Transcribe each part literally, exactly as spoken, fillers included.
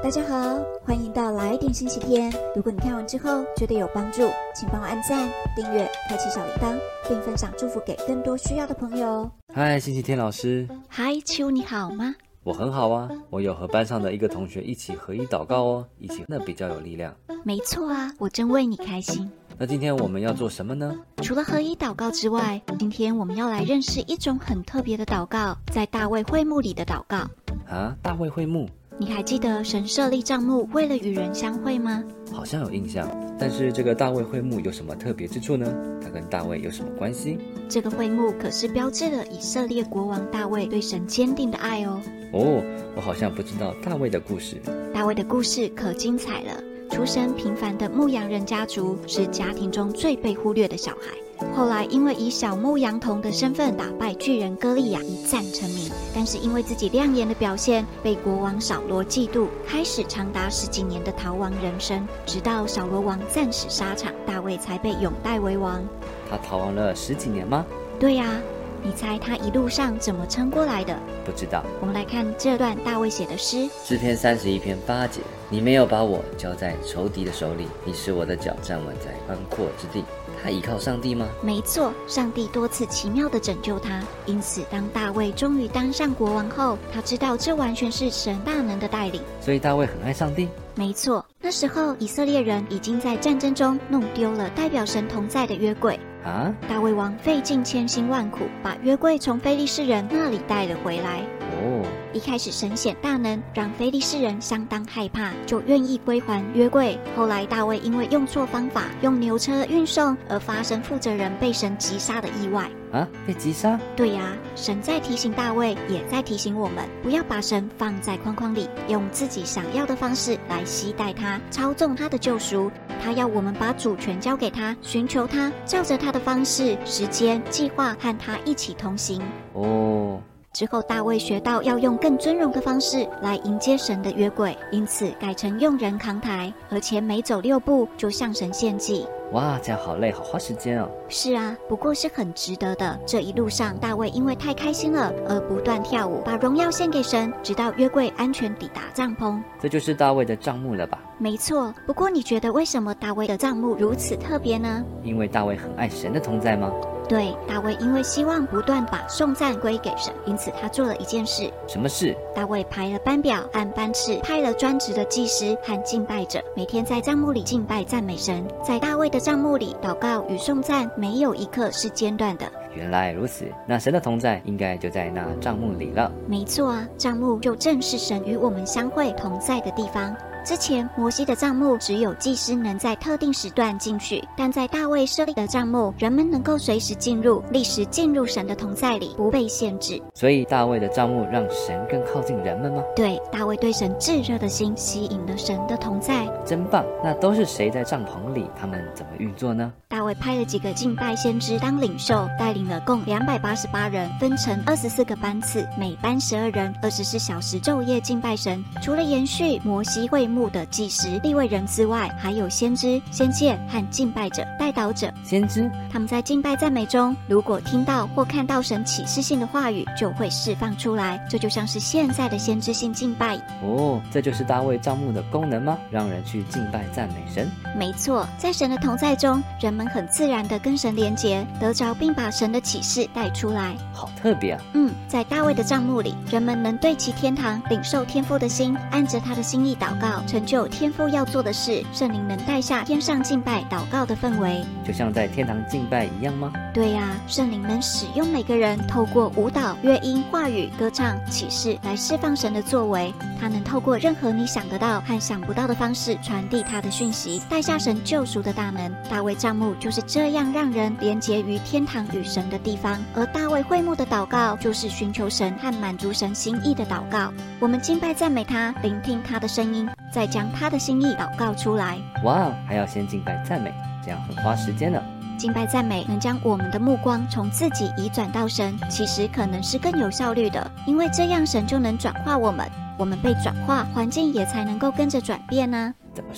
大家好，欢迎到来点星期天。如果你看完之后觉得有帮助，请帮我按赞、订阅、开启小铃铛，并分享祝福给更多需要的朋友。 嗨，星期天老师。 嗨，秋你好吗？ 我很好啊，我有和班上的一个同学一起合一祷告哦，一起那比较有力量。 没错啊，我真为你开心。 那今天我们要做什么呢？ 除了合一祷告之外，今天我们要来认识一种很特别的祷告，在大卫会幕里的祷告。 啊，大卫会幕？ 你还记得神设立帐幕为了与人相会吗？ 好像有印象，但是这个大卫会幕有什么特别之处呢？它跟大卫有什么关系？这个会幕可是标志了以色列国王大卫对神坚定的爱哦。 哦，我好像不知道大卫的故事。 大卫的故事可精彩了。出身平凡的牧羊人家族，是家庭中最被忽略的小孩。后来因为以小牧羊童的身份打败巨人歌利亚，一战成名。但是因为自己亮眼的表现，被国王扫罗嫉妒，开始长达十几年的逃亡人生。直到扫罗王战死沙场，大卫才被拥戴为王。 他逃亡了十几年吗？ 对呀、啊，你猜他一路上怎么撑过来的？ 不知道。 我们来看这段大卫写的诗。 诗篇三十一篇八节，你没有把我交在仇敌的手里，你使我的脚站稳在宽阔之地。他依靠上帝吗？ 没错，上帝多次奇妙地拯救他。因此当大卫终于当上国王后，他知道这完全是神大能的带领。 所以大卫很爱上帝？ 没错，那时候以色列人已经在战争中弄丢了代表神同在的约柜啊！ 大卫王费尽千辛万苦，把约柜从非利士人那里带了回来。 哦， 一开始神显大能，让非利士人相当害怕，就愿意归还约柜。后来大卫因为用错方法，用牛车运送，而发生负责人被神击杀的意外。 啊，被击杀？ 对呀、啊，神在提醒大卫，也在提醒我们，不要把神放在框框里，用自己想要的方式来期待他，操纵他的救赎。他要我们把主权交给他，寻求他，照着他的方式、时间、计划和他一起同行。 哦。 之后大卫学到要用更尊荣的方式来迎接神的约柜，因此改成用人扛抬，而且每走六步就向神献祭。 哇，这样好累，好花时间哦。 是啊，不过是很值得的。这一路上大卫因为太开心了而不断跳舞，把荣耀献给神，直到约柜安全抵达帐篷。 这就是大卫的帐幕了吧？ 没错，不过你觉得为什么大卫的帐幕如此特别呢？ 因为大卫很爱神的同在吗？ 对，大卫因为希望不断把颂赞归给神，因此他做了一件事。 什么事？ 大卫排了班表，按班次派了专职的祭司和敬拜者，每天在帐幕里敬拜赞美神。在大卫的帐幕里，祷告与颂赞没有一刻是间断的。 原来如此，那神的同在应该就在那帐幕里了。 没错啊，帐幕就正是神与我们相会同在的地方。之前摩西的帐幕只有祭司能在特定时段进去，但在大卫设立的帐幕，人们能够随时进入，立时进入神的同在里，不被限制。 所以大卫的帐幕让神更靠近人们吗？ 对，大卫对神炙热的心吸引了神的同在。 真棒！那都是谁在帐篷里？他们怎么运作呢？ 大卫派了几个敬拜先知当领袖，带领了共两百八十八人，分成二十四个班次，每班十二人，二十四小时昼夜敬拜神。除了延续摩西会幕的祭司、利未人之外，还有先知、先见和敬拜者、代祷者。 先知， 他们在敬拜赞美中，如果听到或看到神启示性的话语，就会释放出来。这就像是现在的先知性敬拜。 哦，这就是大卫帐幕的功能吗？让人去敬拜赞美神？ 没错，在神的同在中，人们很自然地跟神连结，得着并把神的启示带出来。 好特别啊！ 嗯，在大卫的帐幕里，人们能对齐天堂，领受天父的心，按着他的心意祷告，成就天父要做的事。圣灵能带下天上敬拜祷告的氛围， 就像在天堂敬拜一样吗？ 对呀、啊，圣灵能使用每个人，透过舞蹈、乐音、话语、歌唱、启示来释放神的作为。他能透过任何你想得到和想不到的方式传递他的讯息，带下神救赎的大能。大卫帐幕就是这样让人连结于天堂与神的地方，而大卫会幕的祷告就是寻求神和满足神心意的祷告。我们敬拜赞美他，聆听他的声音，再将他的心意祷告出来。 哇，还要先敬拜赞美，这样很花时间呢。 敬拜赞美能将我们的目光从自己移转到神，其实可能是更有效率的，因为这样神就能转化我们，我们被转化，环境也才能够跟着转变呢、啊。 怎么说？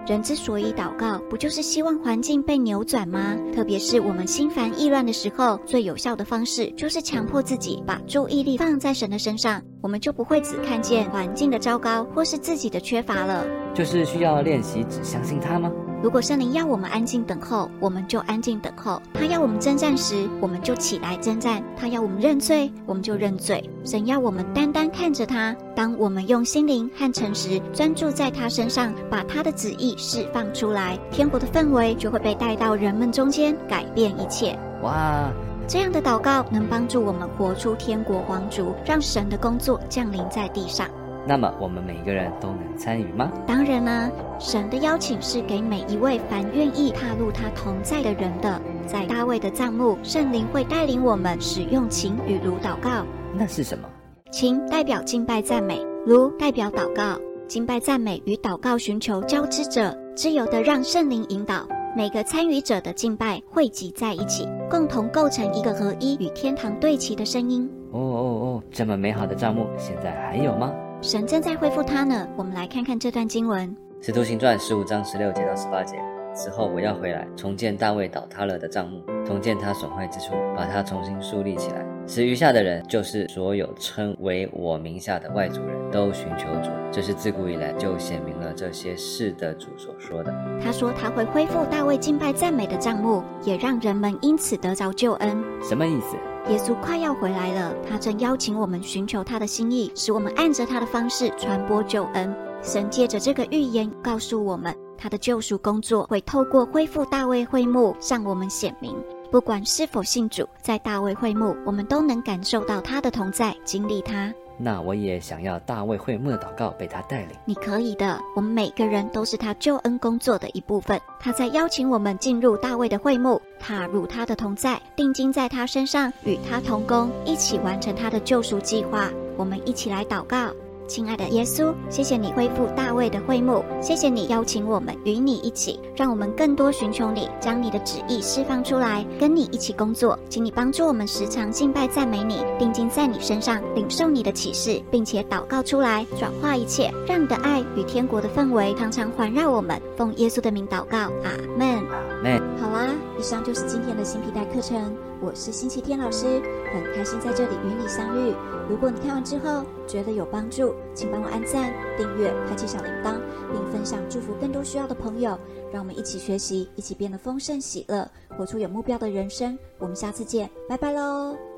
人之所以祷告，不就是希望环境被扭转吗？特别是我们心烦意乱的时候，最有效的方式就是强迫自己把注意力放在神的身上，我们就不会只看见环境的糟糕或是自己的缺乏了。 就是需要练习只相信他吗？ 如果圣灵要我们安静等候，我们就安静等候；他要我们征战时，我们就起来征战；他要我们认罪，我们就认罪。神要我们单单看着他，当我们用心灵和诚实专注在他身上，把他的旨意释放出来，天国的氛围就会被带到人们中间，改变一切。 哇！ 这样的祷告能帮助我们活出天国皇族，让神的工作降临在地上。 那么我们每个人都能参与吗？ 当然啦，神的邀请是给每一位凡愿意踏入他同在的人的。在大卫的帐幕，圣灵会带领我们使用琴与炉祷告。 那是什么？ 琴代表敬拜赞美，炉代表祷告。敬拜赞美与祷告寻求交织者，自由地让圣灵引导。每个参与者的敬拜汇集在一起，共同构成一个合一与天堂对齐的声音。 哦哦哦，这么美好的帐幕，现在还有吗？ 神正在恢复它呢。我们来看看这段经文， 使徒行传十五章十六节到十八节。此后我要回来，重建大卫倒塌了的帐幕，重建他损坏之处，把它重新树立起来，使余下的人，就是所有称为我名下的外族人，都寻求主。这是自古以来就显明了这些事的主所说的。 他说他会恢复大卫敬拜赞美的帐幕，也让人们因此得着救恩。 什么意思？ 耶稣快要回来了，他正邀请我们寻求他的心意，使我们按着他的方式传播救恩。神借着这个预言告诉我们，他的救赎工作会透过恢复大卫会幕向我们显明。不管是否信主，在大卫会幕我们都能感受到他的同在，经历他。 那我也想要大卫会幕的祷告被他带领。 你可以的，我们每个人都是他救恩工作的一部分。他在邀请我们进入大卫的会幕，踏入他的同在，定睛在他身上，与他同工，一起完成他的救赎计划。我们一起来祷告。亲爱的耶稣，谢谢你恢复大卫的会幕，谢谢你邀请我们与你一起，让我们更多寻求你，将你的旨意释放出来，跟你一起工作。请你帮助我们时常敬拜赞美你，定睛在你身上，领受你的启示，并且祷告出来，转化一切，让你的爱与天国的氛围常常环绕我们。奉耶稣的名祷告，阿们。 阿们。 好啦，以上就是今天的新皮带课程。我是星期天老师，很开心在这里与你相遇。如果你看完之后觉得有帮助，请帮我按赞、订阅、开启小铃铛，并分享祝福更多需要的朋友。让我们一起学习，一起变得丰盛喜乐，活出有目标的人生。我们下次见，拜拜喽。